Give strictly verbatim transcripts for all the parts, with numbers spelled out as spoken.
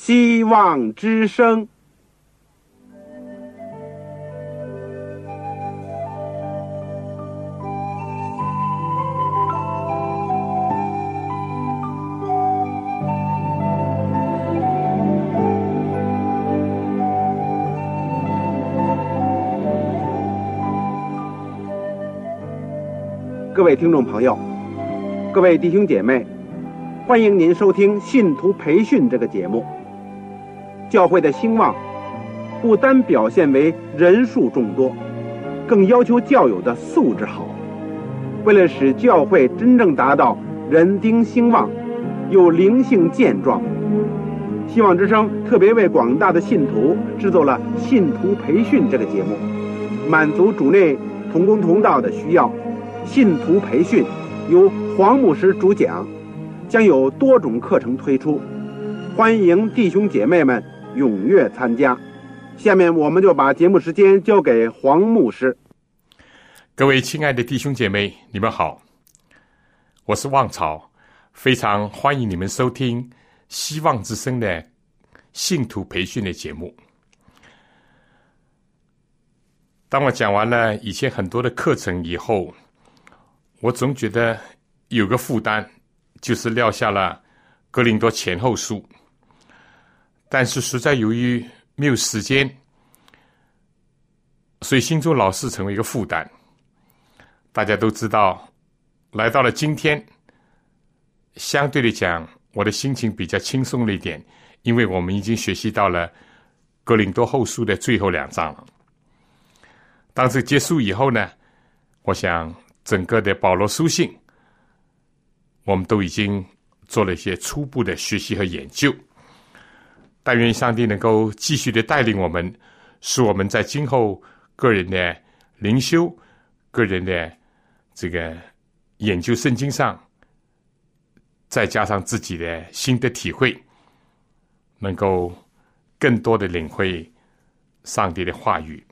希望之声。各位听众朋友，各位弟兄姐妹，欢迎您收听信徒培训这个节目。教会的兴旺不单表现为人数众多，更要求教友的素质好。为了使教会真正达到人丁兴旺又灵性健壮，希望之声特别为广大的信徒制作了信徒培训这个节目，满足主内同工同道的需要。信徒培训由黄牧师主讲，将有多种课程推出，欢迎弟兄姐妹们踊跃参加。下面我们就把节目时间交给黄牧师。 各位亲爱的弟兄姐妹，你们好，我是旺草，非常欢迎你们收听希望之声的信徒培训的节目。当我讲完了以前很多的课程以后，我总觉得有个负担，就是撂下了哥林多前后书，但是实在由于没有时间，所以心中老是成为一个负担。大家都知道，来到了今天，相对的讲，我的心情比较轻松了一点，因为我们已经学习到了哥林多后书的最后两章了。当这结束以后呢，我想整个的保罗书信，我们都已经做了一些初步的学习和研究。但愿上帝能够继续的带领我们，使我们在今后个人的灵修、个人的这个研究圣经上，再加上自己的新的体会，能够更多的领会上帝的话语。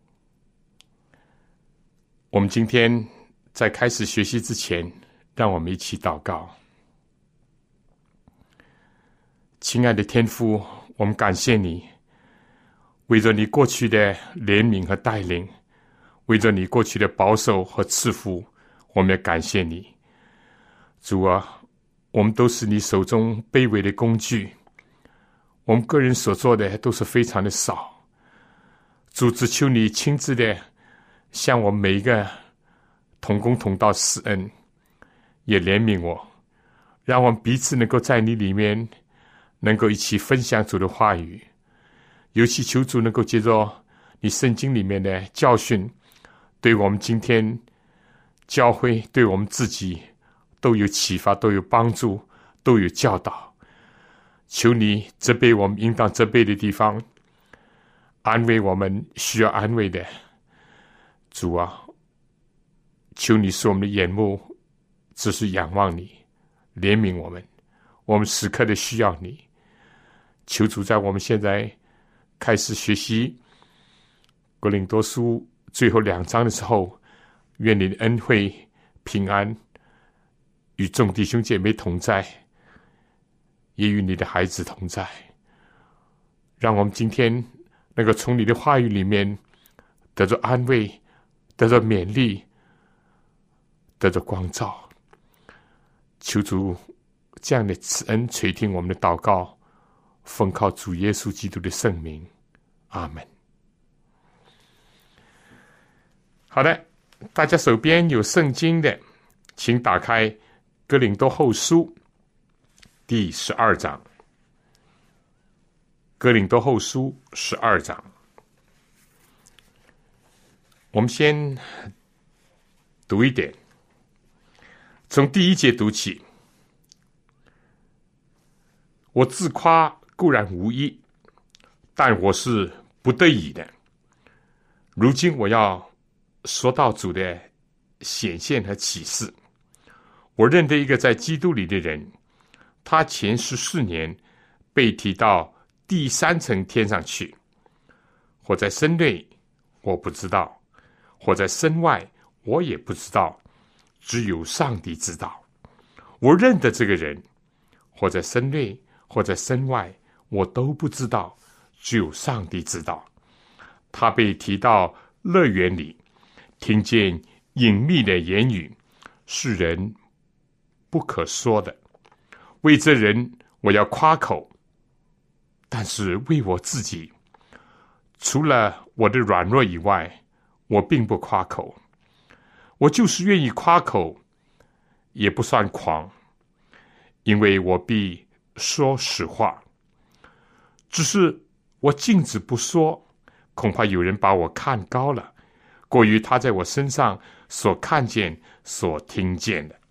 我们今天在开始学习之前，让我们一起祷告。亲爱的天父，我们感谢你，为着你过去的怜悯和带领，为着你过去的保守和赐福，我们也感谢你。主啊，我们都是你手中卑微的工具，我们个人所做的都是非常的少。主，只求你亲自的向我们每一个同工同道施恩，也怜悯我，让我们彼此能够在你里面能够一起分享主的话语，尤其求主能够借着你圣经里面的教训，对我们今天教会，对我们自己都有启发，都有帮助，都有教导。求你责备我们应当责备的地方，安慰我们需要安慰的。主啊，求你使我们的眼目只是仰望你，怜悯我们，我们时刻的需要你。求主在我们现在开始学习哥林多书最后两章的时候，愿你的恩惠平安与众弟兄姐妹同在，也与你的孩子同在。让我们今天能够从你的话语里面得着安慰，得着勉励，得着光照。求主这样的慈恩垂听我们的祷告，奉靠主耶稣基督的圣名，阿们。好的，大家手边有圣经的，请打开哥林多后书第十二章。哥林多后书十二章，我们先读一点，从第一节读起。我自夸固然无益，但我是不得已的。如今我要说到主的显现和启示。我认得一个在基督里的人，他前十四年被提到第三层天上去，或在身内我不知道，或在身外我也不知道，只有上帝知道。我认得这个人，或在身内或在身外我都不知道，只有上帝知道。他被提到乐园里，听见隐秘的言语，是人不可说的。为这人我要夸口，但是为我自己，除了我的软弱以外，我并不夸口。我就是愿意夸口，也不算狂，因为我必说实话。只是我禁止不说，恐怕有人把我看高了，过于他在我身上所看见、所听见的。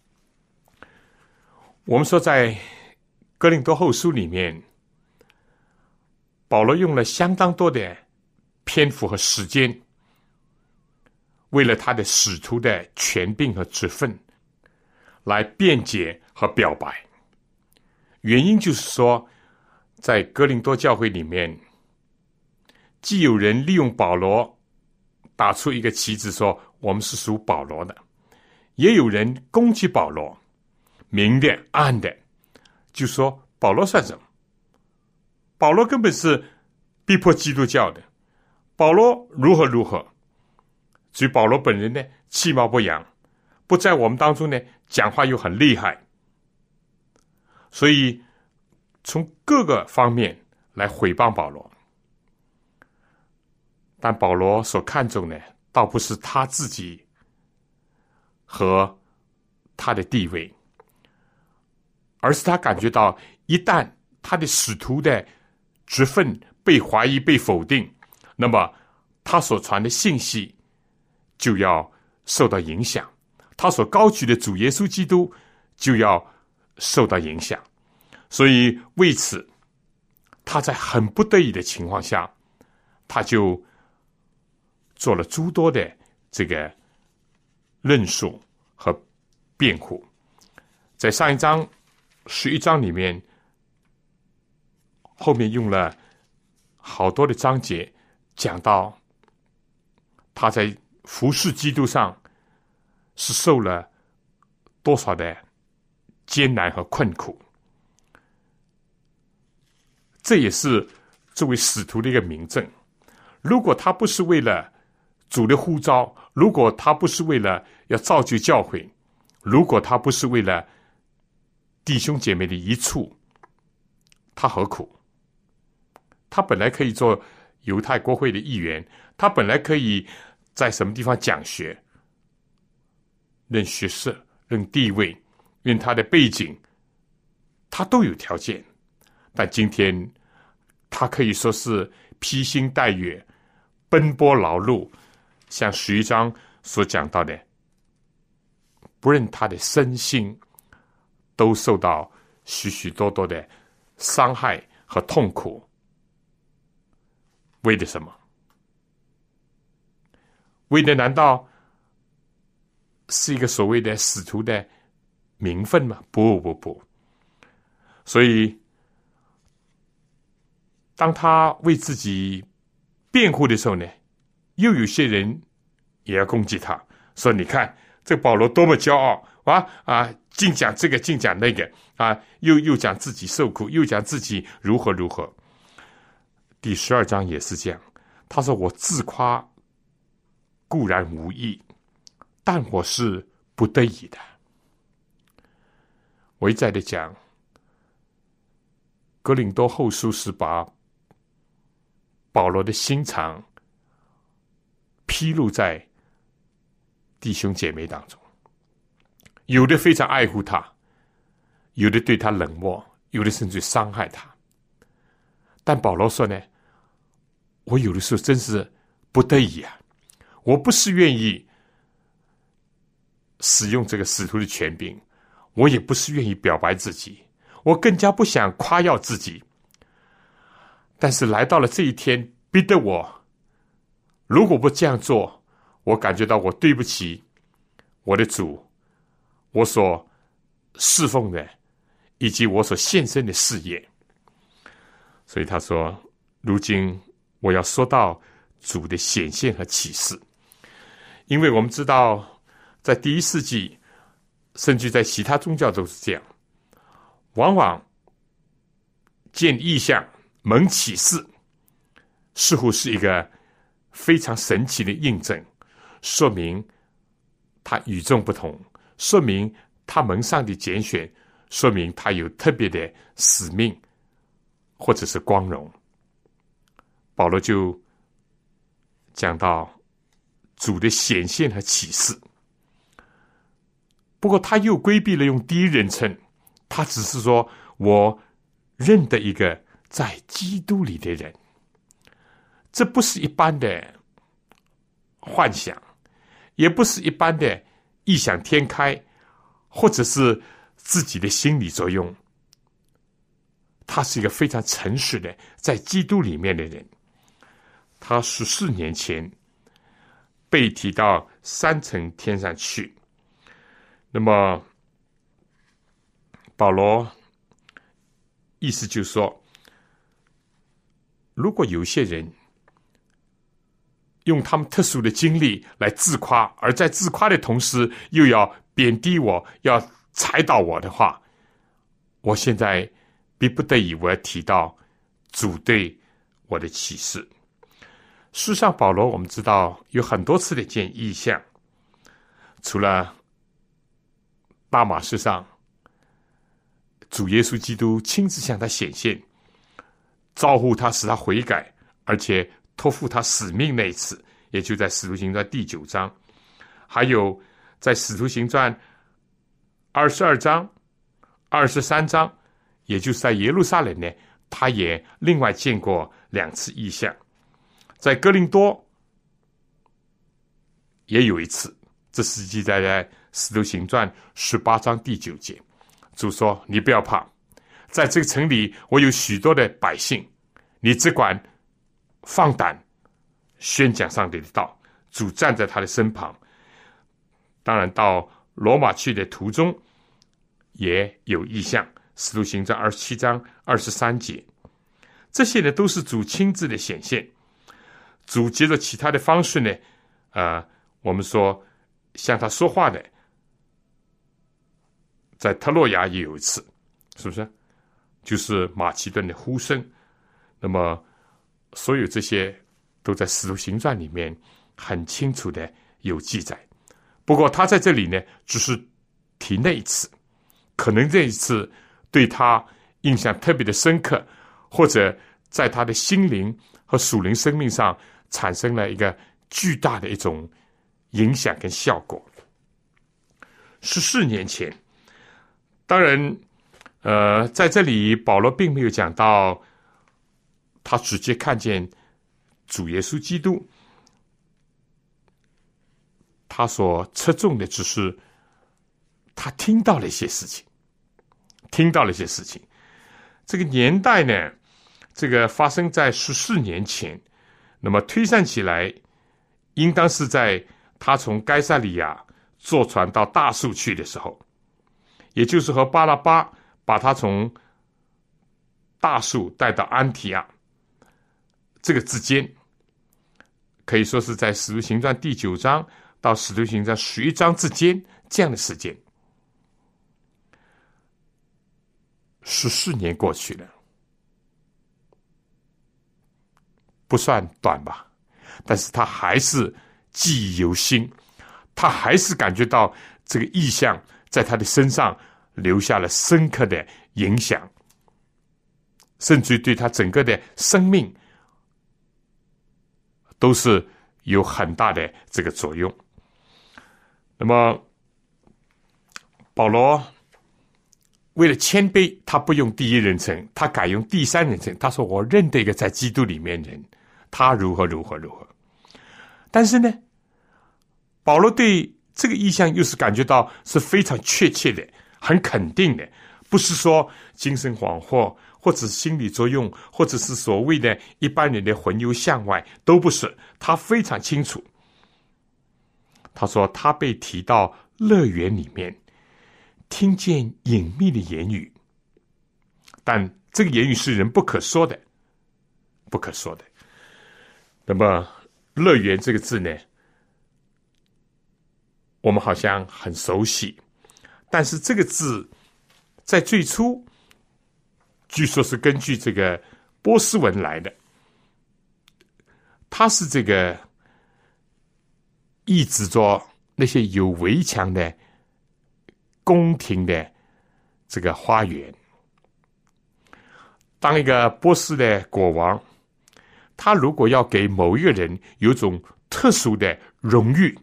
我们说，在哥林多后书里面，保罗用了相当多的篇幅和时间，为了他的使徒的权柄和职分来辩解和表白。原因就是说，在哥林多教会里面，既有人利用保罗打出一个旗帜说我们是属保罗的，也有人攻击保罗，明的暗的，就说保罗算什么？保罗根本是逼迫基督教的，保罗如何如何。至于保罗本人呢，其貌不扬，不在我们当中呢，讲话又很厉害，所以从各个方面来毁谤保罗。但保罗所看重的，倒不是他自己和他的地位，而是他感觉到，一旦他的使徒的职分被怀疑、被否定，那么他所传的信息就要受到影响，他所高举的主耶稣基督就要受到影响。所以为此，他在很不得已的情况下，他就做了诸多的这个论述和辩护。在上一章十一章里面，后面用了好多的章节讲到他在服侍基督上是受了多少的艰难和困苦。这也是作为使徒的一个明证。如果他不是为了主的呼召，如果他不是为了要造就教会，如果他不是为了弟兄姐妹的一处，他何苦？他本来可以做犹太国会的议员，他本来可以在什么地方讲学，论学识、论地位、论他的背景，他都有条件。但今天他可以说是披星戴月，奔波劳碌，像十一章所讲到的，不论他的身心都受到许许多多的伤害和痛苦。为的什么？为的难道是一个所谓的使徒的名分吗？不不不。所以当他为自己辩护的时候呢，又有些人也要攻击他，说你看这保罗多么骄傲啊啊，净讲这个净讲那个啊，又又讲自己受苦，又讲自己如何如何。第十二章也是这样，他说我自夸固然无益，但我是不得已的。我一再的讲，哥林多后书是把保罗的心肠披露在弟兄姐妹当中，有的非常爱护他，有的对他冷漠，有的甚至伤害他。但保罗说呢，我有的时候真是不得已啊，我不是愿意使用这个使徒的权柄，我也不是愿意表白自己，我更加不想夸耀自己。但是来到了这一天，逼得我如果不这样做，我感觉到我对不起我的主，我所侍奉的以及我所献身的事业。所以他说，如今我要说到主的显现和启示。因为我们知道在第一世纪，甚至在其他宗教都是这样，往往见异象、蒙启示，似乎是一个非常神奇的印证，说明他与众不同，说明他蒙上帝拣选，说明他有特别的使命或者是光荣。保罗就讲到主的显现和启示，不过他又规避了用第一人称，他只是说我认得一个在基督里的人。这不是一般的幻想，也不是一般的异想天开，或者是自己的心理作用。他是一个非常诚实的在基督里面的人。他十四年前被提到三层天上去，那么保罗意思就是说，如果有些人用他们特殊的经历来自夸，而在自夸的同时又要贬低我，要踩倒我的话，我现在逼不得已我要提到主对我的启示。事实上，保罗我们知道有很多次的见异象，除了大马士上主耶稣基督亲自向他显现，招呼他，使他悔改，而且托付他使命那一次，也就在使徒行传第九章，还有在使徒行传二十二章、二十三章，也就是在耶路撒冷呢，他也另外见过两次异象。在哥林多也有一次，这是记载在使徒行传十八章第九节。主说，你不要怕，在这个城里我有许多的百姓，你只管放胆宣讲上帝的道。主站在他的身旁。当然到罗马去的途中也有异象，使徒行传二十七章二十三节。这些呢都是主亲自的显现。主借着其他的方式呢，呃，我们说向他说话的，在特洛亚也有一次，是不是？就是马其顿的呼声。那么，所有这些都在《使徒行传》里面很清楚的有记载。不过他在这里呢，只是提那一次，可能这一次对他印象特别的深刻，或者在他的心灵和属灵生命上产生了一个巨大的一种影响跟效果。十四年前，当然，呃，在这里保罗并没有讲到他直接看见主耶稣基督，他所侧重的只是他听到了一些事情，听到了一些事情。这个年代呢，这个发生在十四年前，那么推算起来，应当是在他从该撒利亚坐船到大树去的时候，也就是和巴拉巴把他从大树带到安提亚这个之间，可以说是在使徒行传第九章到使徒行传十一章之间这样的时间。十四年过去了，不算短吧，但是他还是记忆犹新，他还是感觉到这个异象在他的身上留下了深刻的影响，甚至于对他整个的生命都是有很大的这个作用。那么保罗为了谦卑，他不用第一人称，他改用第三人称。他说，我认得一个在基督里面的人，他如何如何如何。但是呢，保罗对这个意象又是感觉到是非常确切的，很肯定的，不是说精神恍惚，或者是心理作用，或者是所谓的一般人的魂游向外，都不是。他非常清楚。他说他被提到乐园里面，听见隐秘的言语，但这个言语是人不可说的，不可说的。那么乐园这个字呢，我们好像很熟悉，但是这个字在最初据说是根据这个波斯文来的，它是这个意指着那些有围墙的宫廷的这个花园。当一个波斯的国王，他如果要给某一个人有种特殊的荣誉，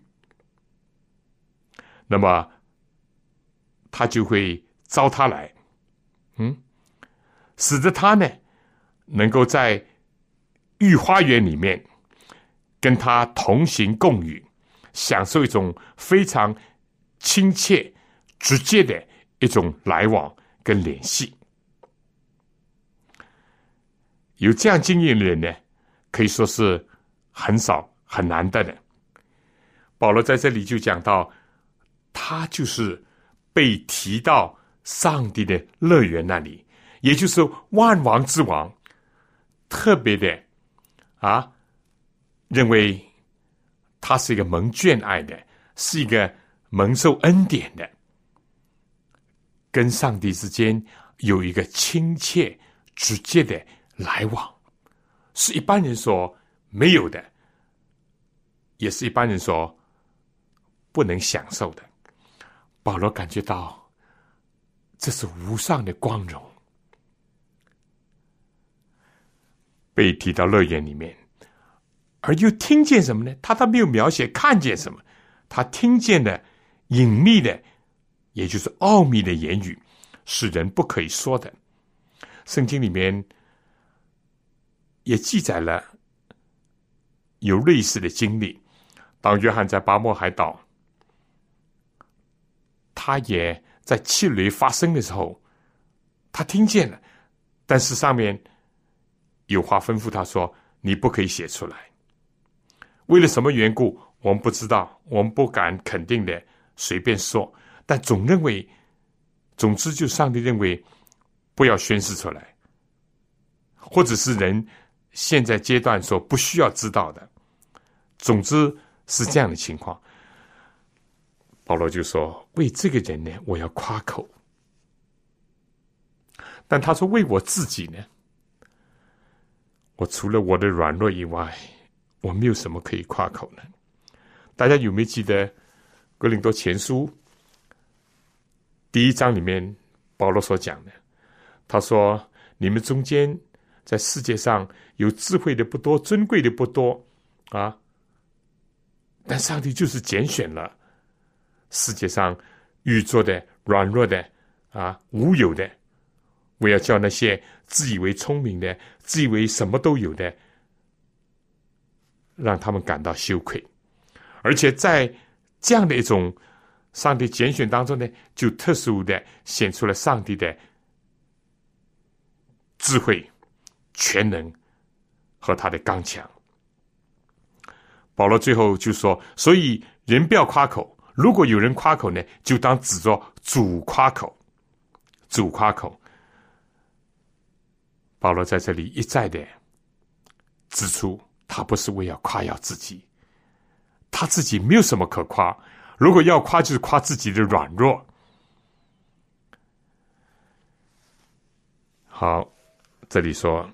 那么他就会招他来，嗯，使得他呢能够在御花园里面跟他同行共语，享受一种非常亲切直接的一种来往跟联系。有这样经验的人呢，可以说是很少很难得的。保罗在这里就讲到，他就是被提到上帝的乐园那里，也就是万王之王，特别的啊，认为他是一个蒙眷爱的，是一个蒙受恩典的，跟上帝之间有一个亲切直接的来往，是一般人所没有的，也是一般人所不能享受的。保罗感觉到这是无上的光荣。被提到乐园里面，而又听见什么呢？他他没有描写看见什么，他听见的隐秘的，也就是奥秘的言语，是人不可以说的。圣经里面也记载了有类似的经历。当约翰在巴莫海岛，他也在气雷发生的时候，他听见了，但是上面有话吩咐他说，你不可以写出来。为了什么缘故我们不知道，我们不敢肯定的随便说，但总认为总之就上帝认为不要宣示出来，或者是人现在阶段所不需要知道的，总之是这样的情况。保罗就说，为这个人呢，我要夸口。但他说为我自己呢，我除了我的软弱以外，我没有什么可以夸口呢。大家有没有记得哥林多前书第一章里面保罗所讲的？他说，你们中间在世界上有智慧的不多，尊贵的不多啊，但上帝就是拣选了世界上愚拙的、软弱的啊、无有的，我要叫那些自以为聪明的、自以为什么都有的，让他们感到羞愧。而且在这样的一种上帝拣选当中呢，就特殊的显出了上帝的智慧、全能和他的刚强。保罗最后就说，所以人不要夸口，如果有人夸口呢，就当指着主夸口。主夸口。保罗在这里一再的指出，他不是为要夸耀自己，他自己没有什么可夸，如果要夸就是夸自己的软弱。好，这里说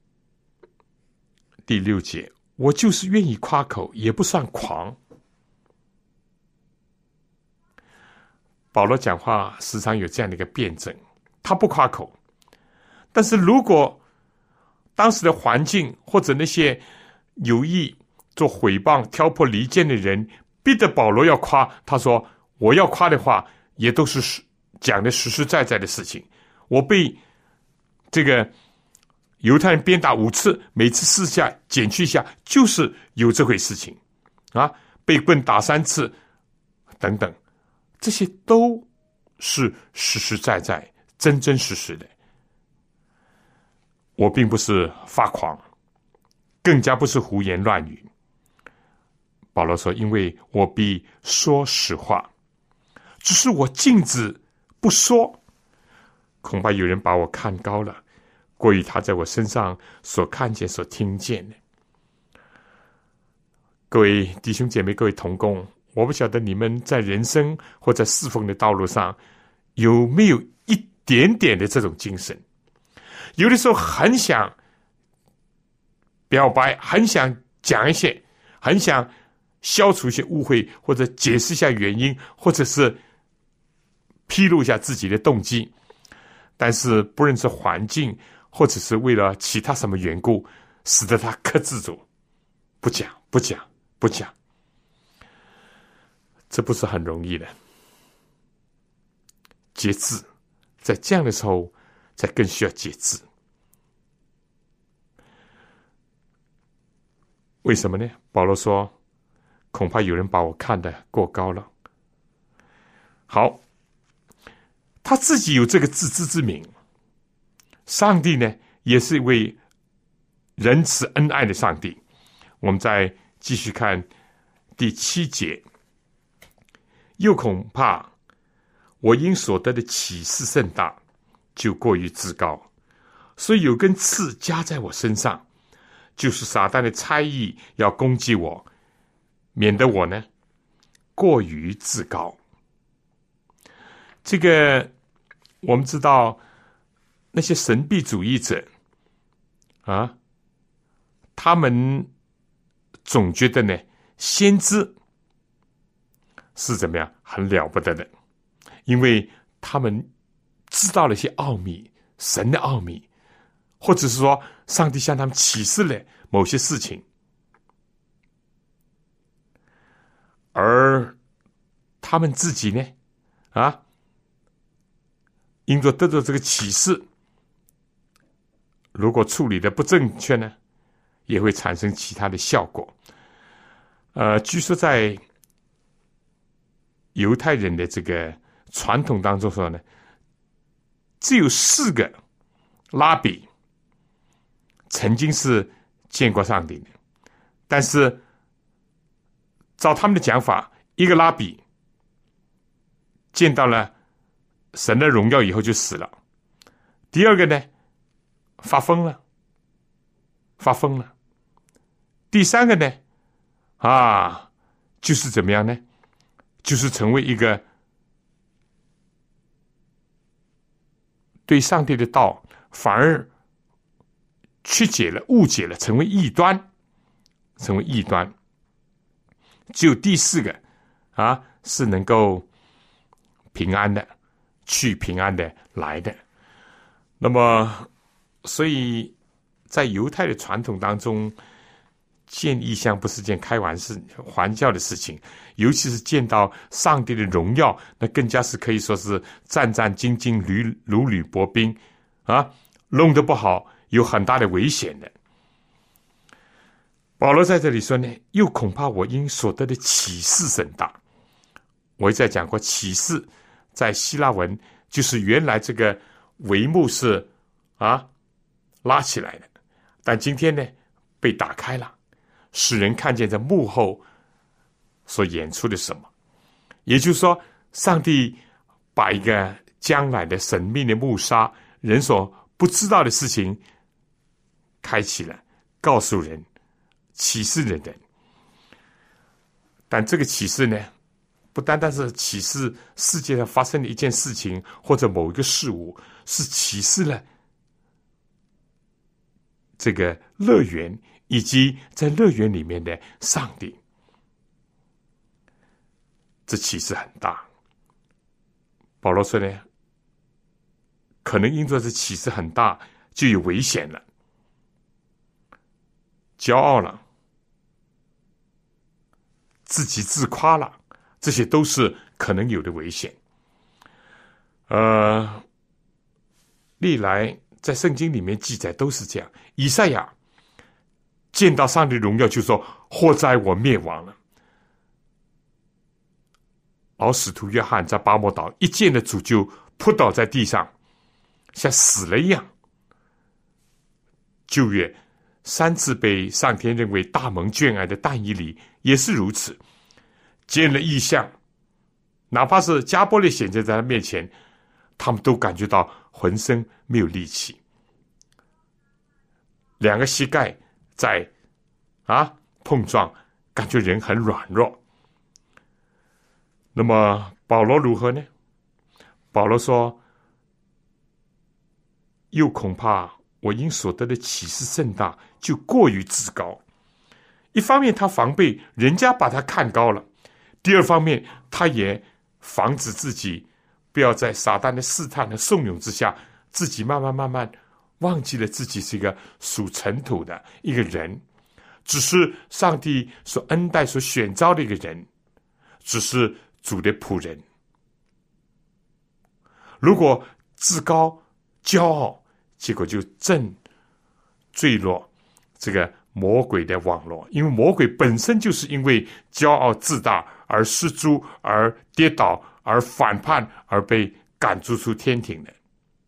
第六节，我就是愿意夸口，也不算狂。保罗讲话时常有这样的一个辩证，他不夸口，但是如果当时的环境或者那些有意做毁谤、挑拨离间的人逼得保罗要夸，他说我要夸的话也都是讲的实实在在的事情。我被这个犹太人鞭打五次，每次四下减去一下，就是有这回事情啊，被棍打三次等等，这些都是实实在在、真真实实的。我并不是发狂，更加不是胡言乱语。保罗说，因为我必说实话，只是我禁止不说，恐怕有人把我看高了，过于他在我身上所看见、所听见的。各位弟兄姐妹，各位同工，我不晓得你们在人生或在侍奉的道路上有没有一点点的这种精神。 有的时候很想表白，很想讲一些，很想消除一些误会，或者解释一下原因，或者是披露一下自己的动机，但是不论是环境或者是为了其他什么缘故，使得他克制住，不讲不讲不讲，这不是很容易的。节制，在这样的时候才更需要节制。为什么呢？保罗说，恐怕有人把我看得过高了。好，他自己有这个自知之明，上帝呢也是一位仁慈恩爱的上帝。我们再继续看第七节，又恐怕我因所得的启示甚大，就过于自高，所以有根刺加在我身上，就是撒旦的猜疑要攻击我，免得我呢过于自高。这个我们知道，那些神秘主义者啊，他们总觉得呢，先知是怎么样很了不得的，因为他们知道了一些奥秘，神的奥秘，或者是说上帝向他们启示了某些事情，而他们自己呢，啊，因着得到这个启示，如果处理的不正确呢，也会产生其他的效果。呃，据说在犹太人的这个传统当中说呢，只有四个拉比曾经是见过上帝的，但是照他们的讲法，一个拉比见到了神的荣耀以后就死了，第二个呢发疯了发疯了第三个呢啊就是怎么样呢，就是成为一个对上帝的道反而曲解了误解了，成为异端成为异端只有第四个啊是能够平安的去，平安的来的。那么所以在犹太的传统当中，见异象不是件开玩笑玩笑的事情，尤其是见到上帝的荣耀，那更加是可以说是战战兢兢，如如履薄冰啊，弄得不好有很大的危险的。保罗在这里说呢，又恐怕我因所得的启示甚大。我一再讲过，启示在希腊文就是原来这个帷幕是啊拉起来的，但今天呢被打开了，使人看见在幕后所演出的什么。也就是说，上帝把一个将来的神秘的幕纱，人所不知道的事情开启了，告诉人，启示人的。但这个启示呢，不单单是启示世界上发生的一件事情或者某一个事物，是启示了这个乐园以及在乐园里面的上帝。这启示很大。保罗说呢，可能因着这启示很大，就有危险了，骄傲了，自己自夸了，这些都是可能有的危险。呃，历来在圣经里面记载都是这样。以赛亚见到上帝荣耀就说，祸哉我灭亡了。而使徒约翰在巴莫岛一见了主就扑倒在地上，像死了一样。旧约三次被上天认为大蒙眷爱的但以理也是如此，见了异象，哪怕是加波列显现在他面前，他们都感觉到浑身没有力气，两个膝盖在啊碰撞，感觉人很软弱。那么保罗如何呢？保罗说，又恐怕我因所得的启示甚大，就过于自高。一方面他防备人家把他看高了，第二方面他也防止自己不要在撒旦的试探和怂恿之下，自己慢慢慢慢忘记了自己是一个属尘土的一个人，只是上帝所恩待所选召的一个人，只是主的仆人。如果自高骄傲，结果就正坠落这个魔鬼的网络，因为魔鬼本身就是因为骄傲自大而失足，而跌倒，而反叛，而被赶逐出天庭的。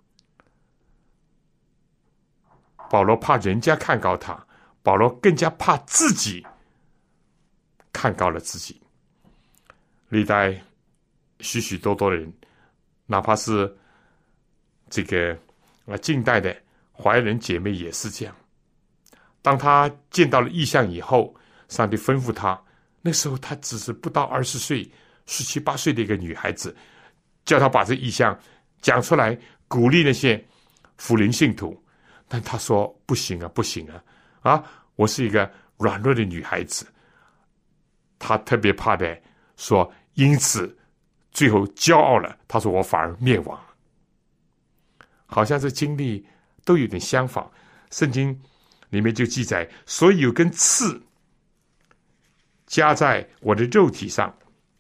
保罗怕人家看高他，保罗更加怕自己看高了自己。历代许许多多的人，哪怕是这个啊近代的华人姐妹也是这样。当他见到了异象以后，上帝吩咐他，那时候他只是不到二十岁，十七八岁的一个女孩子，叫他把这异象讲出来，鼓励那些福临信徒。但他说不行啊，不行啊，啊，我是一个软弱的女孩子。他特别怕的说，因此最后骄傲了，他说我反而灭亡了。好像这经历都有点相仿。圣经里面就记载，所以有根刺加在我的肉体上，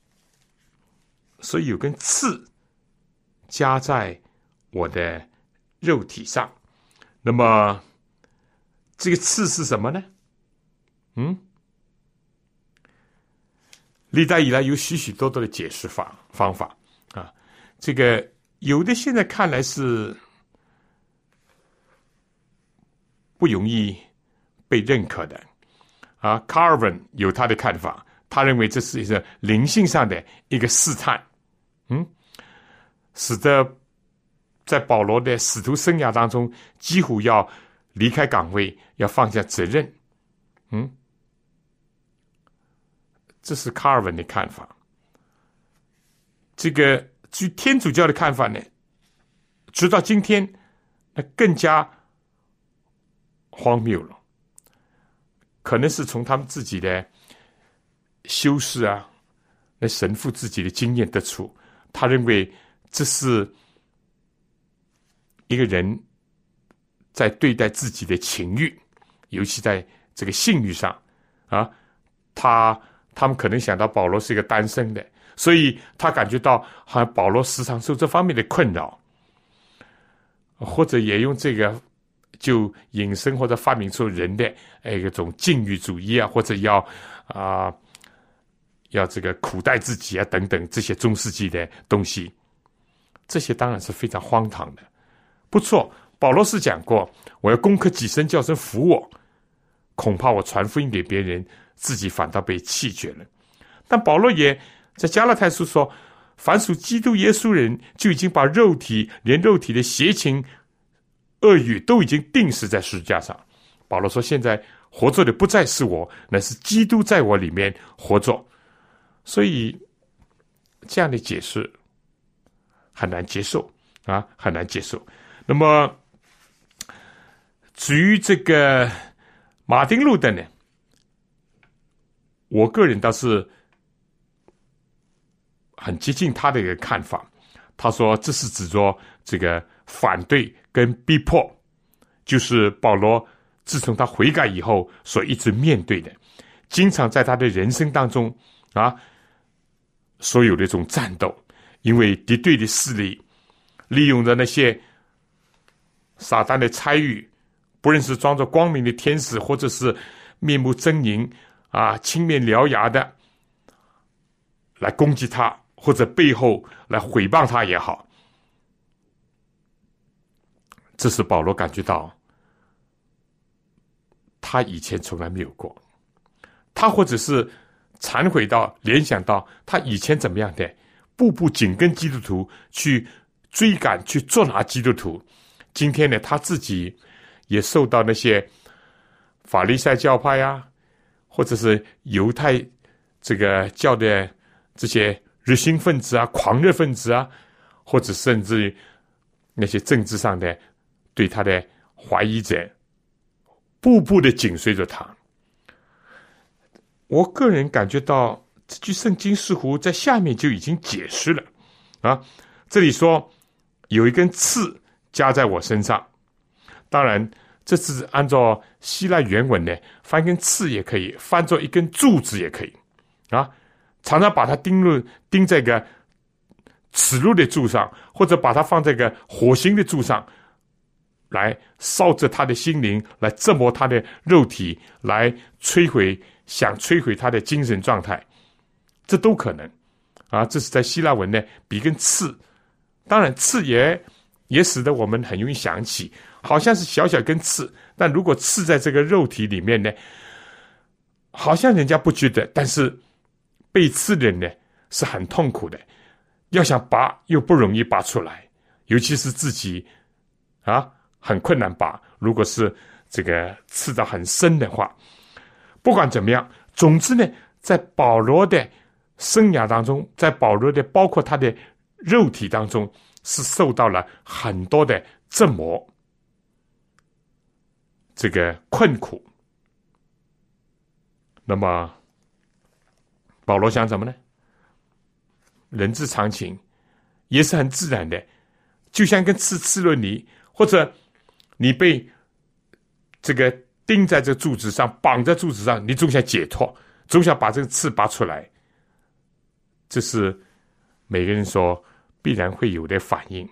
所以有根刺加在我的肉体上。那么这个刺是什么呢？嗯，历代以来有许许多多的解释法方法啊，这个有的现在看来是不容易被认可的啊。卡尔文有他的看法，他认为这是一个灵性上的一个试探，嗯，使得在保罗的使徒生涯当中，几乎要离开岗位，要放下责任，嗯，这是卡尔文的看法。这个据天主教的看法呢，直到今天，那更加荒谬了。可能是从他们自己的修士啊，那神父自己的经验得出，他认为这是一个人在对待自己的情欲，尤其在这个性欲上啊，他他们可能想到保罗是一个单身的，所以他感觉到好像保罗时常受这方面的困扰，或者也用这个就引申或者发明出人的一种禁欲主义啊，或者要啊、呃、要这个苦待自己啊等等这些中世纪的东西，这些当然是非常荒唐的。不错，保罗是讲过，我要攻克己身，叫神服我，恐怕我传福音给别人，自己反倒被弃绝了。但保罗也在加拉太书说，凡属基督耶稣人，就已经把肉体连肉体的邪情恶欲都已经定死在十字架上。保罗说，现在活着的不再是我，乃是基督在我里面活着。所以这样的解释很难接受啊，很难接受。那么至于这个马丁路德呢，我个人倒是很接近他的一个看法。他说这是指着这个反对跟逼迫，就是保罗自从他悔改以后所一直面对的，经常在他的人生当中啊所有的这种战斗。因为敌对的势力利用着那些撒旦的差役，不论是装着光明的天使，或者是面目狰狞啊青面獠牙的来攻击他，或者背后来毁谤他也好，这是保罗感觉到他以前从来没有过。他或者是忏悔到联想到他以前怎么样的步步紧跟基督徒，去追赶去捉拿基督徒。今天呢，他自己也受到那些法利赛教派啊，或者是犹太这个教的这些热心分子啊、狂热分子啊，或者甚至于那些政治上的对他的怀疑者步步的紧随着他。我个人感觉到这句圣经似乎在下面就已经解释了啊，这里说有一根刺加在我身上，当然这是按照希腊原文呢，翻一根刺也可以，翻作一根柱子也可以啊，常常把它钉入钉在个耻辱的柱上，或者把它放在个火星的柱上，来烧着他的心灵，来折磨他的肉体，来摧毁想摧毁他的精神状态，这都可能啊。这是在希腊文呢，比一根刺，当然刺也也使得我们很容易想起，好像是小小根刺，但如果刺在这个肉体里面呢，好像人家不觉得，但是被刺的人呢是很痛苦的，要想拔又不容易拔出来，尤其是自己啊很困难拔，如果是这个刺到很深的话。不管怎么样，总之呢，在保罗的生涯当中，在保罗的包括他的肉体当中，是受到了很多的折磨，这个困苦。那么保罗想怎么呢？人之常情，也是很自然的，就像跟刺刺了你，或者你被这个钉在这个柱子上，绑在柱子上，你总想解脱，总想把这个刺拔出来，这是每个人说必然会有的反应。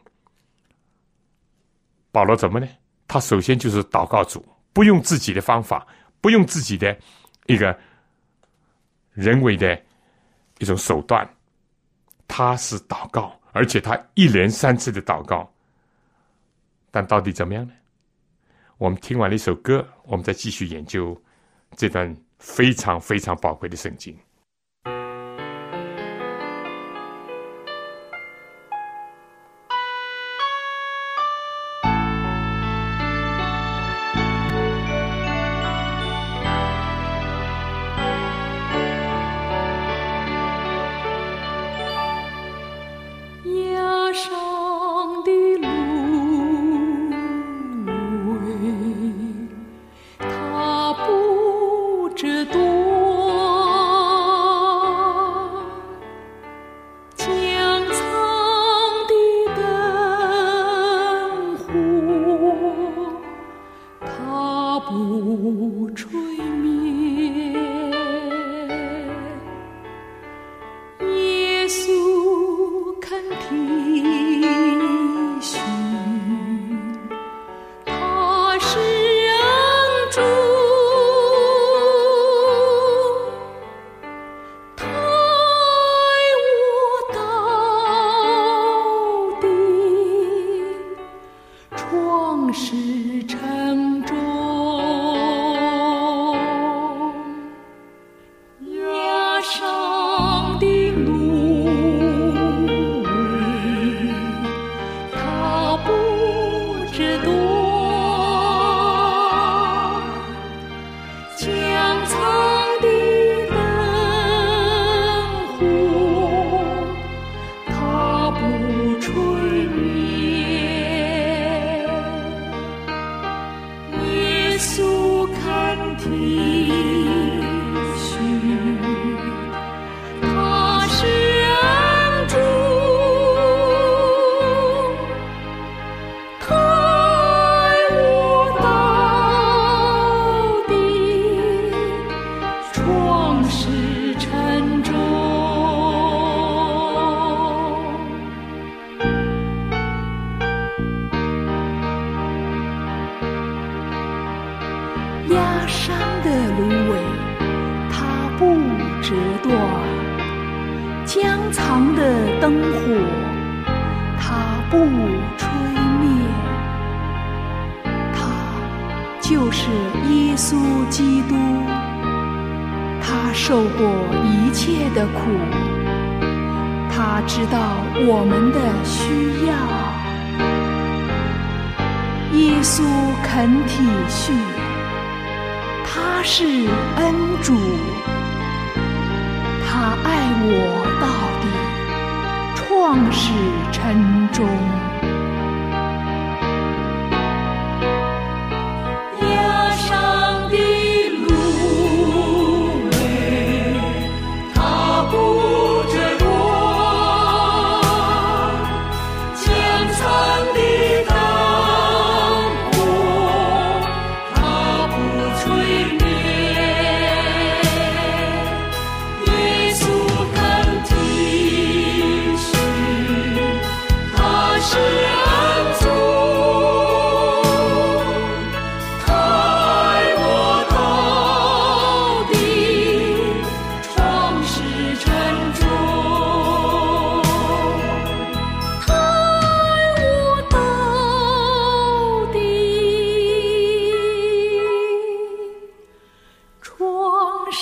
保罗怎么呢？他首先就是祷告主，不用自己的方法，不用自己的一个人为的一种手段，他是祷告，而且他一连三次的祷告。但到底怎么样呢？我们听完了一首歌，我们再继续研究这段非常非常宝贵的圣经。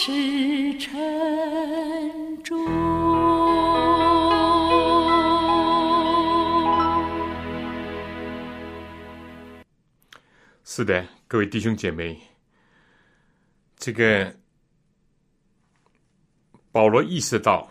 世沉重。 是的，各位弟兄姐妹，这个保罗意识到，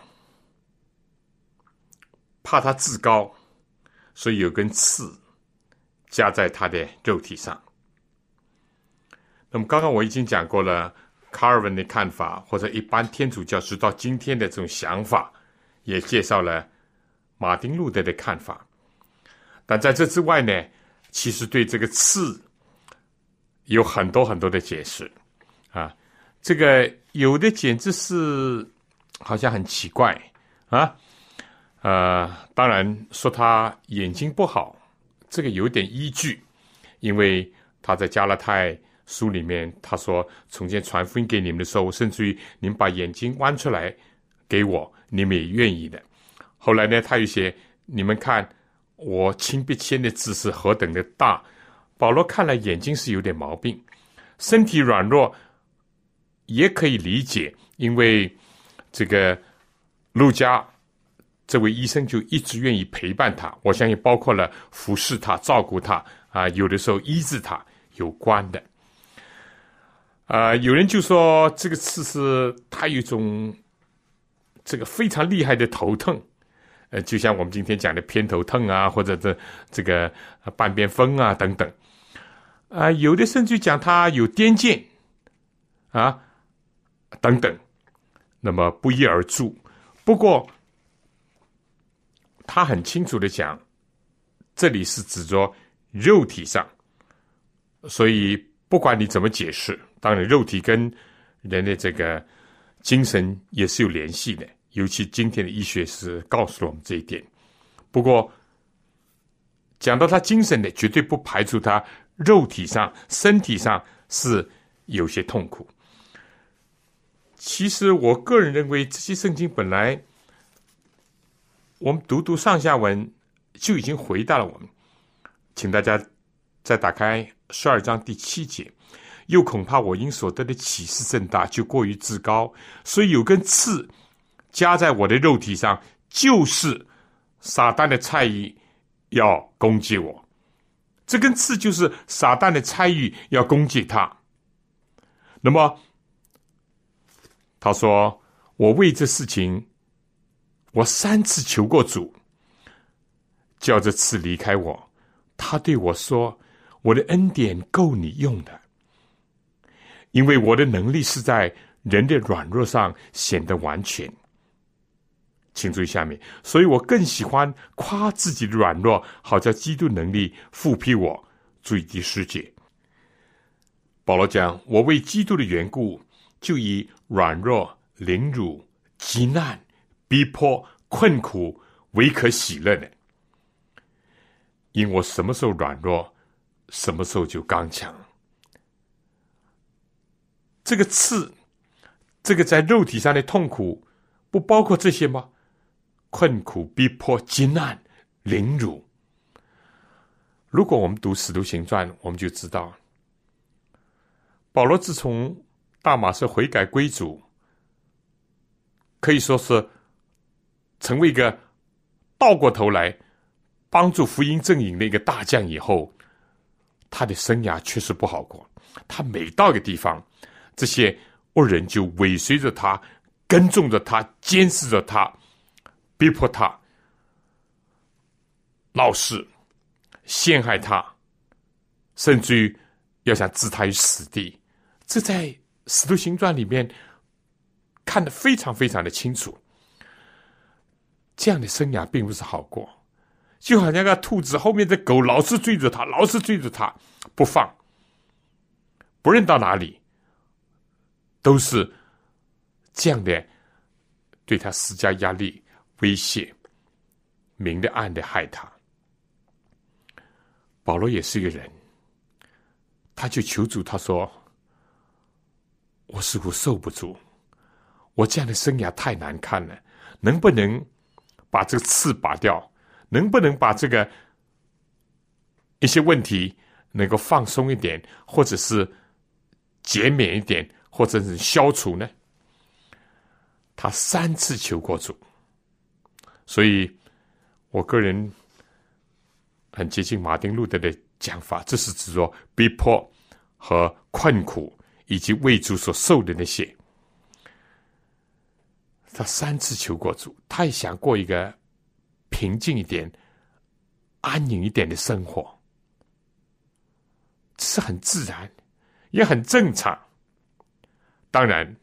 怕他自高，所以有根刺加在他的肉体上。那么刚刚我已经讲过了卡尔文的看法，或者一般天主教直到今天的这种想法，也介绍了马丁路德的看法。但在这之外呢，其实对这个刺有很多很多的解释啊，这个有的简直是好像很奇怪啊，呃，当然说他眼睛不好，这个有点依据，因为他在加拉太书里面他说，从前传福音给你们的时候，甚至于你们把眼睛弯出来给我，你们也愿意的。后来呢，他有些你们看我亲笔签的字是何等的大。保罗看来眼睛是有点毛病，身体软弱也可以理解，因为这个路加这位医生就一直愿意陪伴他，我相信包括了服侍他、照顾他啊，有的时候医治他有关的。啊、呃，有人就说这个刺是他有一种这个非常厉害的头痛。呃，就像我们今天讲的偏头痛啊，或者这这个半边风啊等等，啊、呃，有的甚至讲他有癫痫啊等等，那么不一而足。不过他很清楚的讲，这里是指着肉体上，所以不管你怎么解释，当然肉体跟人的这个精神也是有联系的。尤其今天的医学是告诉了我们这一点。不过讲到他精神的，绝对不排除他肉体上、身体上是有些痛苦。其实我个人认为，这些圣经本来我们读读上下文就已经回答了我们。请大家再打开十二章第七节，又恐怕我因所得的启示甚大，就过于自高，所以有根刺加在我的肉体上，就是撒旦的猜疑要攻击我。这根刺就是撒旦的猜疑要攻击他。那么他说，我为这事情我三次求过主，叫这刺离开我。他对我说，我的恩典够你用的，因为我的能力是在人的软弱上显得完全。请注意下面，所以我更喜欢夸自己的软弱，好叫基督能力复辟我。注意第十节，保罗讲，我为基督的缘故，就以软弱、凌辱、极难、逼迫、困苦为可喜乐的。因我什么时候软弱，什么时候就刚强。这个刺，这个在肉体上的痛苦，不包括这些吗？困苦、逼迫、极难、凌辱。如果我们读《使徒行传》，我们就知道，保罗自从大马士悔改归主，可以说是成为一个倒过头来帮助福音正营的一个大将以后，他的生涯确实不好过。他每到一个地方，这些恶人就尾随着他，跟踪着他，监视着他，逼迫他，闹事，陷害他，甚至于要想置他于死地。这在《使徒行传》里面看得非常非常的清楚。这样的生涯并不是好过，就好像个兔子后面的狗老是追着他，老是追着他不放，不论到哪里都是这样的对他施加压力、威胁，明的暗的害他。保罗也是一个人，他就求主，他说，我似乎受不住，我这样的生涯太难看了，能不能把这个刺拔掉，能不能把这个一些问题能够放松一点，或者是减免一点，或者是消除呢？ 他三次求过主。所以我个人很接近马丁路德的讲法，这是指说逼迫和困苦以及为主所受的那些。他三次求过主，他也想过一个平静一点、安宁一点的生活，这是很自然，也很正常。当然，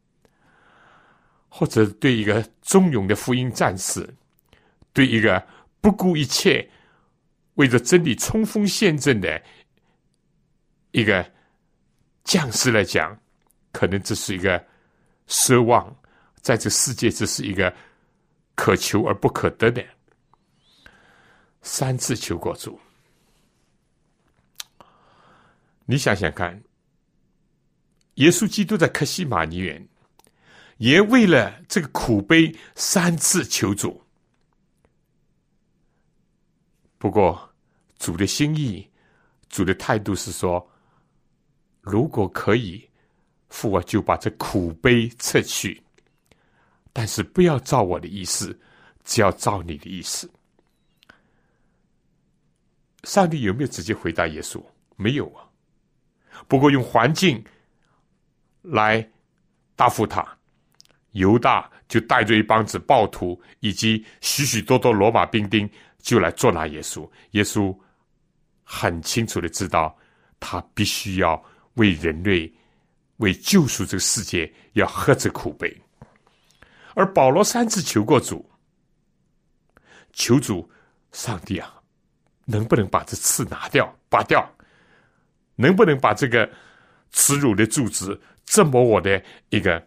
或者对一个忠勇的福音战士，对一个不顾一切为着真理冲锋陷阵的一个将士来讲，可能这是一个奢望，在这世界这是一个可求而不可得的。三次求过主，你想想看，耶稣基督在客西马尼园也为了这个苦悲三次求主。不过主的心意，主的态度是说，如果可以，父啊，就把这苦悲撤去，但是不要照我的意思，只要照你的意思。上帝有没有直接回答耶稣？没有啊。不过用环境来答复他，犹大就带着一帮子暴徒以及许许多多罗马兵丁就来捉拿耶稣。耶稣很清楚的知道，他必须要为人类、为救赎这个世界要喝这苦杯。而保罗三次求过主，求主，上帝啊，能不能把这刺拿掉、拔掉？能不能把这个耻辱的柱子折磨我的一个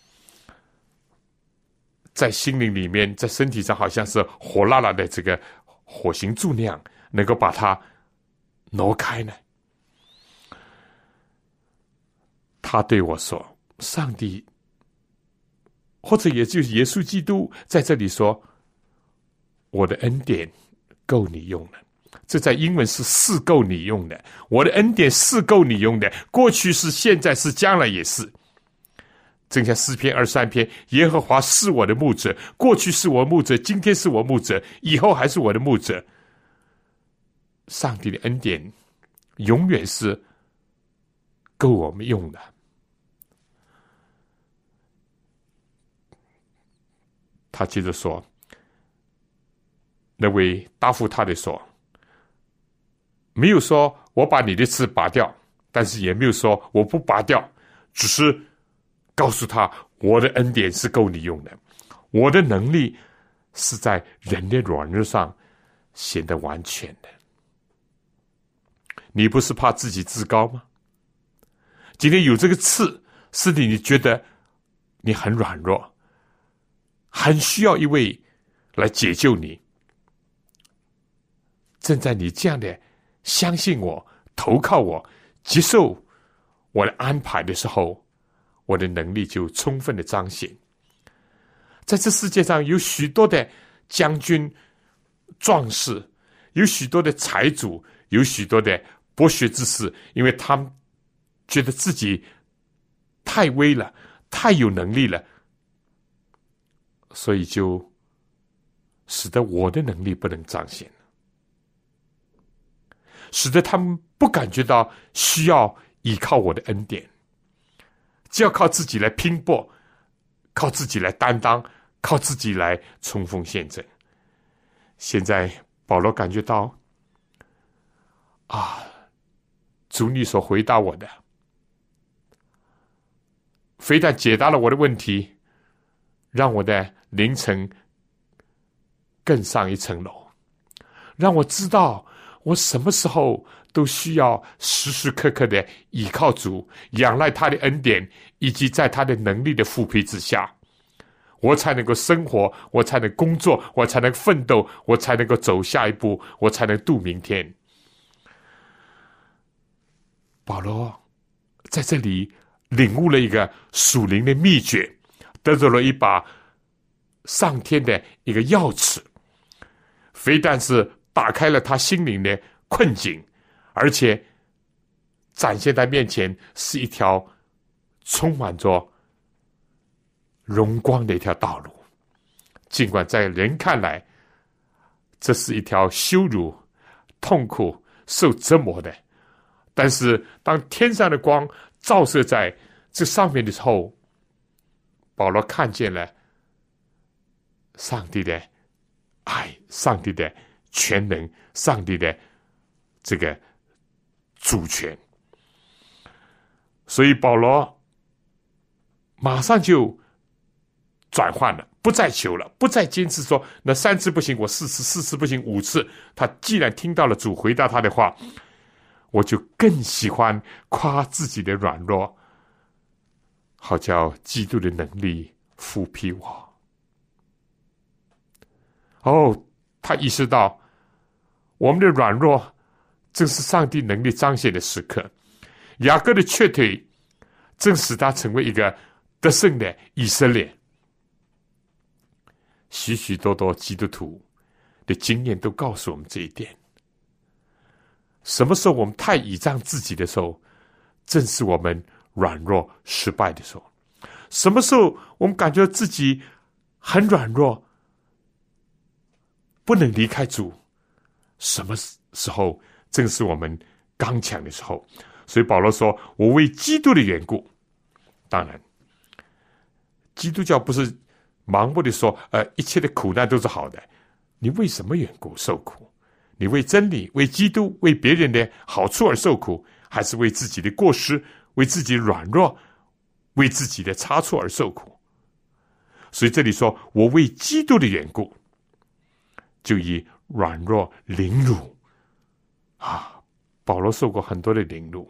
在心灵里面，在身体上好像是火辣辣的这个火刑柱那样，能够把它挪开呢？他对我说，上帝，或者也就是耶稣基督在这里说，我的恩典够你用了。这在英文是是够你用的，我的恩典是够你用的，过去是，现在是，将来也是。正像诗篇二十三篇，耶和华是我的牧者，过去是我牧者，今天是我牧者，以后还是我的牧者。上帝的恩典永远是够我们用的。他接着说，那位答复他的说，没有说我把你的刺拔掉，但是也没有说我不拔掉，只是告诉他，我的恩典是够你用的，我的能力是在人的软弱上显得完全的。你不是怕自己自高吗？今天有这个刺，是你你觉得你很软弱，很需要一位来解救你。正在你这样的相信我、投靠我、接受我的安排的时候，我的能力就充分的彰显。在这世界上有许多的将军、壮士，有许多的财主，有许多的博学之士，因为他们觉得自己太威了，太有能力了，所以就使得我的能力不能彰显，使得他们不感觉到需要依靠我的恩典，只要靠自己来拼搏，靠自己来担当，靠自己来冲锋陷阵。现在保罗感觉到，啊，主你所回答我的，非但解答了我的问题，让我的灵程更上一层楼，让我知道我什么时候都需要时时刻刻的倚靠主，仰赖他的恩典，以及在他的能力的复辟之下，我才能够生活，我才能工作，我才能奋斗，我才能够走下一步，我才能度明天。保罗在这里领悟了一个属灵的秘诀，得到了一把上天的一个钥匙，非但是打开了他心灵的困境，而且展现在面前是一条充满着荣光的一条道路。尽管在人看来，这是一条羞辱、痛苦、受折磨的，但是当天上的光照射在这上面的时候，保罗看见了上帝的爱，上帝的全能，上帝的这个主权。所以保罗马上就转换了，不再求了，不再坚持说那三次不行，我四次，四次不行，五次。他既然听到了主回答他的话，我就更喜欢夸自己的软弱，好叫基督的能力复辟我。哦，他意识到我们的软弱正是上帝能力彰显的时刻。雅各的瘸腿正使他成为一个得胜的以色列。许许多多基督徒的经验都告诉我们这一点。什么时候我们太倚仗自己的时候，正是我们软弱失败的时候。什么时候我们感觉自己很软弱，不能离开主，什么时候正是我们刚强的时候。所以保罗说，我为基督的缘故。当然基督教不是盲目的说呃，一切的苦难都是好的。你为什么缘故受苦？你为真理、为基督、为别人的好处而受苦，还是为自己的过失、为自己软弱、为自己的差错而受苦？所以这里说我为基督的缘故，就以软弱凌辱啊！保罗受过很多的凌辱，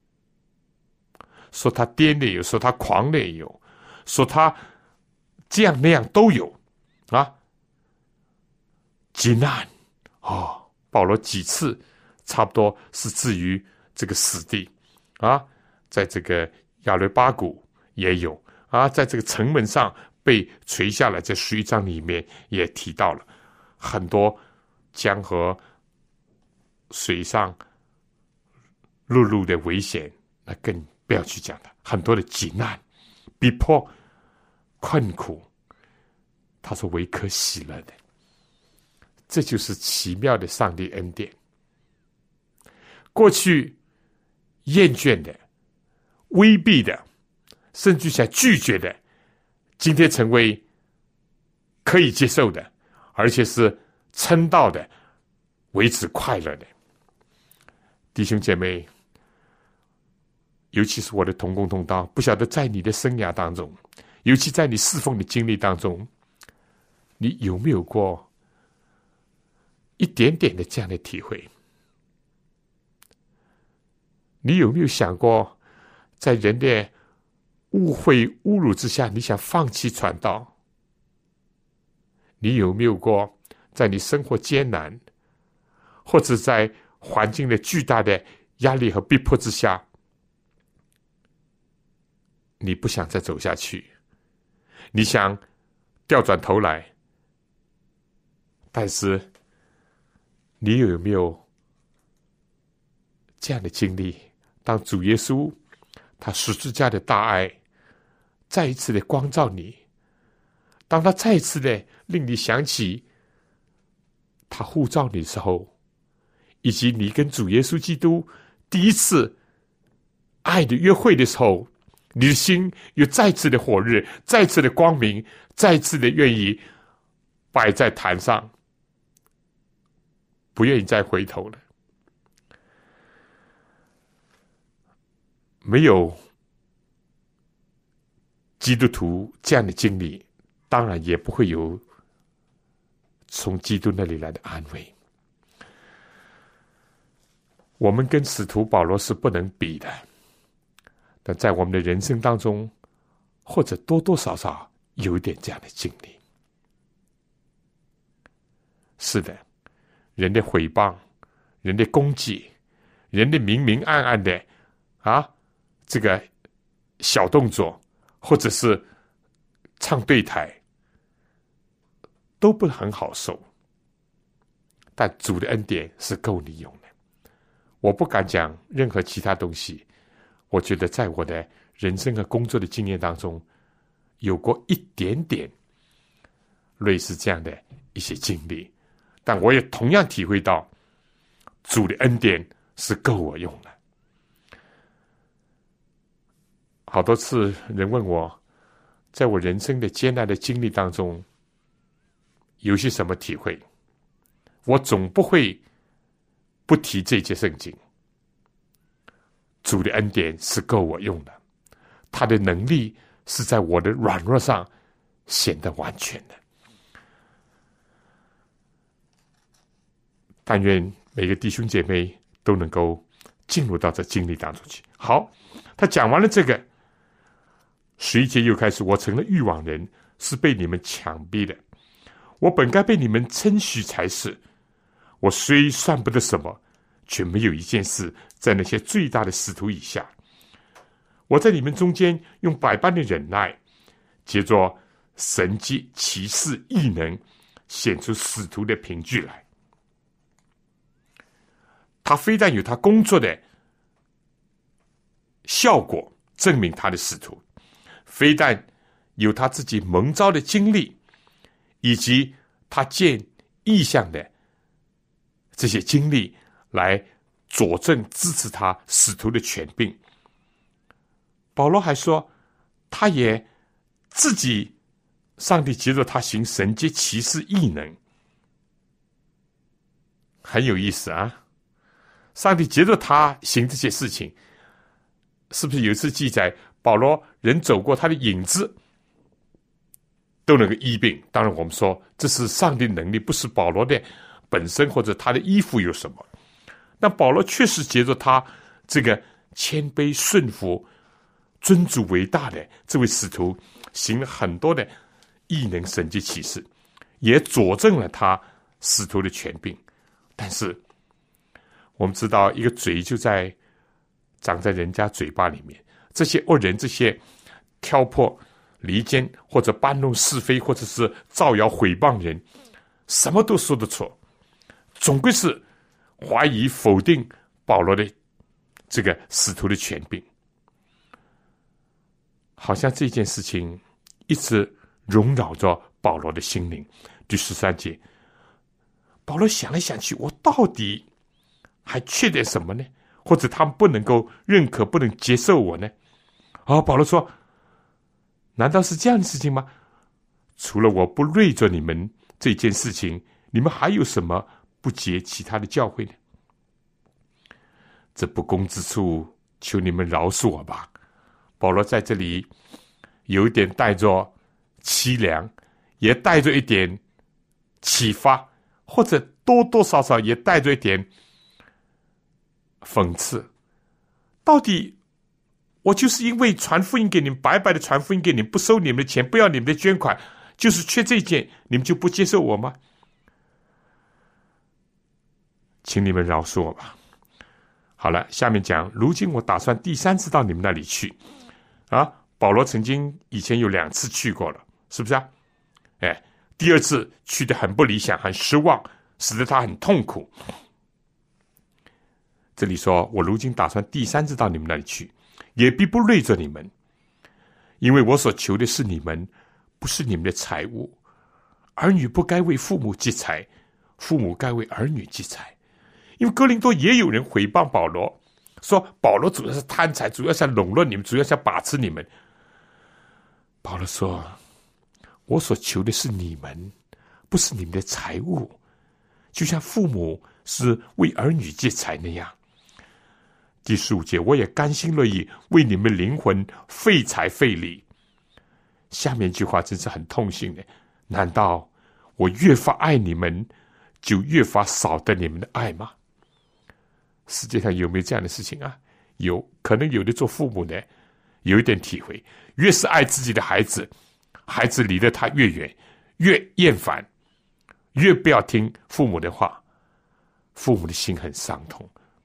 说他癫的有，说他狂的也有，说他这样那样都有啊。极难哦，保罗几次差不多是置于这个死地啊，在这个亚雷巴谷也有啊，在这个城门上被垂下来，在十一章里面也提到了很多江河水上陆路的危险，那更不要去讲了。很多的急难、逼迫、困苦，他说唯可喜乐的。这就是奇妙的上帝恩典。过去厌倦的、威逼的，甚至想拒绝的，今天成为可以接受的，而且是称道的，为之快乐的。弟兄姐妹，尤其是我的同工同道，不晓得在你的生涯当中，尤其在你侍奉的经历当中，你有没有过一点点的这样的体会？你有没有想过，在人的误会侮辱之下，你想放弃传道？你有没有过在你生活艰难，或者在环境的巨大的压力和逼迫之下，你不想再走下去，你想调转头来，但是你有没有这样的经历？当主耶稣他十字架的大爱再一次的光照你，当他再一次的令你想起他呼召你的时候，以及你跟主耶稣基督第一次爱的约会的时候，你的心有再次的火热，再次的光明，再次的愿意摆在坛上，不愿意再回头了。没有基督徒这样的经历，当然也不会有从基督那里来的安慰。我们跟使徒保罗是不能比的，但在我们的人生当中，或者多多少少有一点这样的经历。是的，人的毁谤，人的攻击，人的明明暗暗的啊，这个小动作，或者是唱对台，都不很好受。但主的恩典是够你用的。我不敢讲任何其他东西，我觉得在我的人生和工作的经验当中， 有过一点点类似这样的一些经历，但我也同样体会到主的恩典是够我用的。好多次人问我，在我人生的艰难的经历当中有些什么体会，我总不会不提这节圣经。主的恩典是够我用的，他的能力是在我的软弱上显得完全的。但愿每个弟兄姐妹都能够进入到这经历当中去。好，他讲完了这个，十一节又开始，我成了欲望人，是被你们强逼的。我本该被你们称许才是，我虽算不得什么，却没有一件事在那些最大的使徒以下。我在你们中间用百般的忍耐，借着神迹奇事异能，显出使徒的凭据来。他非但有他工作的效果证明他的使徒，非但有他自己蒙召的经历，以及他见异象的这些经历来佐证支持他使徒的权柄。保罗还说，他也自己，上帝藉着他行神迹奇事异能，很有意思啊！上帝藉着他行这些事情，是不是有一次记载，保罗人走过他的影子都能够医病？当然我们说这是上帝能力，不是保罗的本身或者他的衣服有什么。但保罗确实藉着他这个谦卑顺服尊主为大的这位使徒，行了很多的异能神迹奇事，也佐证了他使徒的权柄。但是我们知道，一个嘴就在长在人家嘴巴里面，这些恶人，这些挑拨离间或者搬弄是非，或者是造谣毁谤人，什么都说得错，总归是怀疑否定保罗的这个使徒的权柄。好像这件事情一直荣扰着保罗的心灵。第十三节，保罗想来想去，我到底还缺点什么呢？或者他们不能够认可，不能接受我呢？哦，保罗说，难道是这样的事情吗？除了我不累着你们这件事情，你们还有什么不结其他的教会呢？这不公之处，求你们饶恕我吧。保罗在这里有一点带着凄凉，也带着一点启发，或者多多少少也带着一点讽刺。到底我就是因为传福音给你们，白白的传福音给你们，不收你们的钱，不要你们的捐款，就是缺这一件，你们就不接受我吗？请你们饶恕我吧。好了，下面讲，如今我打算第三次到你们那里去啊。保罗曾经以前有两次去过了，是不是啊？哎，第二次去得很不理想，很失望，使得他很痛苦。这里说，我如今打算第三次到你们那里去，也必不累着你们，因为我所求的是你们，不是你们的财物。儿女不该为父母积财，父母该为儿女积财。因为哥林多也有人毁谤保罗，说保罗主要是贪财，主要是笼络你们，主要是把持你们。保罗说，我所求的是你们，不是你们的财物，就像父母是为儿女积财那样。第十五节，我也甘心乐意为你们灵魂费财费力。下面一句话真是很痛心的，难道我越发爱你们，就越发少得你们的爱吗？世界上有没有这样的事情啊？有，可能有的做父母的有一点体会，越是爱自己的孩子，孩子离得他越远，越厌烦，越不要听父母的话，父母的心很伤痛。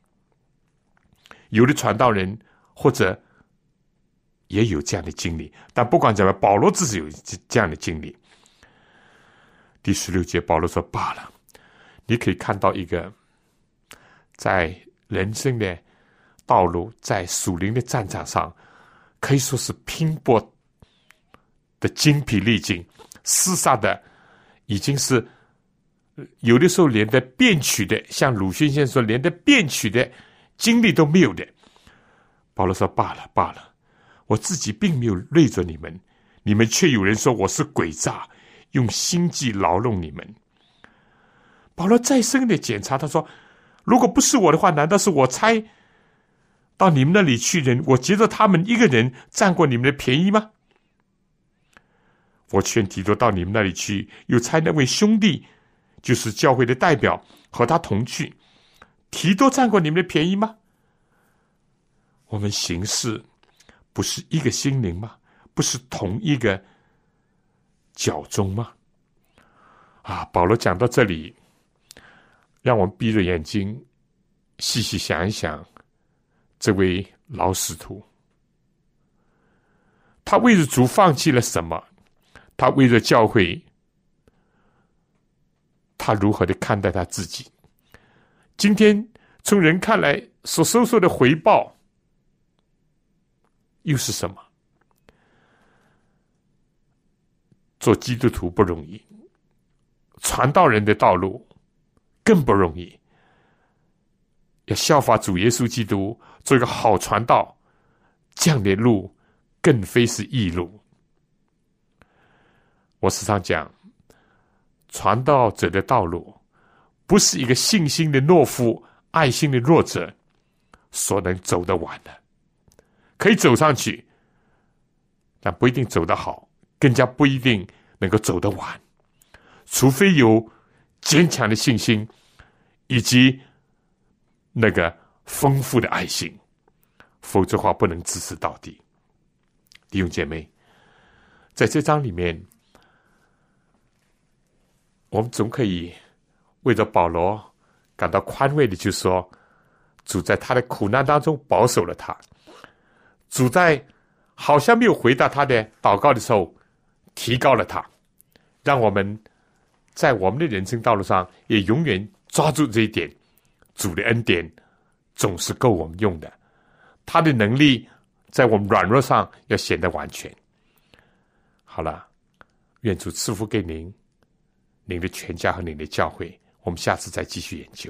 有的传道人或者也有这样的经历，但不管怎么样，保罗自己有这样的经历。第十六节，保罗说，罢了，你可以看到一个在人生的道路，在属灵的战场上可以说是拼搏的精疲力尽，厮杀的已经是有的时候连的辩曲的，像鲁迅先生说，连的辩曲的精力都没有的。保罗说：罢了罢了，我自己并没有累着你们，你们却有人说我是诡诈，用心计劳弄你们。保罗再深的检查，他说：如果不是我的话，难道是我猜到你们那里去人，我觉得他们一个人占过你们的便宜吗？我劝提多到你们那里去，又差那位兄弟，就是教会的代表，和他同去，提多占过你们的便宜吗？我们行事不是一个心灵吗？不是同一个脚中吗？啊，保罗讲到这里，让我们闭着眼睛细细想一想，这位老使徒，他为着主放弃了什么？他为着教会，他如何的看待他自己？今天从人看来所收受的回报又是什么？做基督徒不容易，传道人的道路更不容易。要效法主耶稣基督，做一个好传道，这样的路更非是易路。我时常讲，传道者的道路不是一个信心的懦夫、爱心的弱者所能走得完的。可以走上去，但不一定走得好，更加不一定能够走得完，除非有坚强的信心以及那个丰富的爱心，否则的话不能支持到底。弟兄姐妹，在这章里面，我们总可以为着保罗感到宽慰的，就是说，主在他的苦难当中保守了他，主在好像没有回答他的祷告的时候提高了他，让我们在我们的人生道路上也永远抓住这一点，主的恩典总是够我们用的，他的能力在我们软弱上要显得完全。好了，愿主赐福给您、您的全家和您的教会，我们下次再继续研究。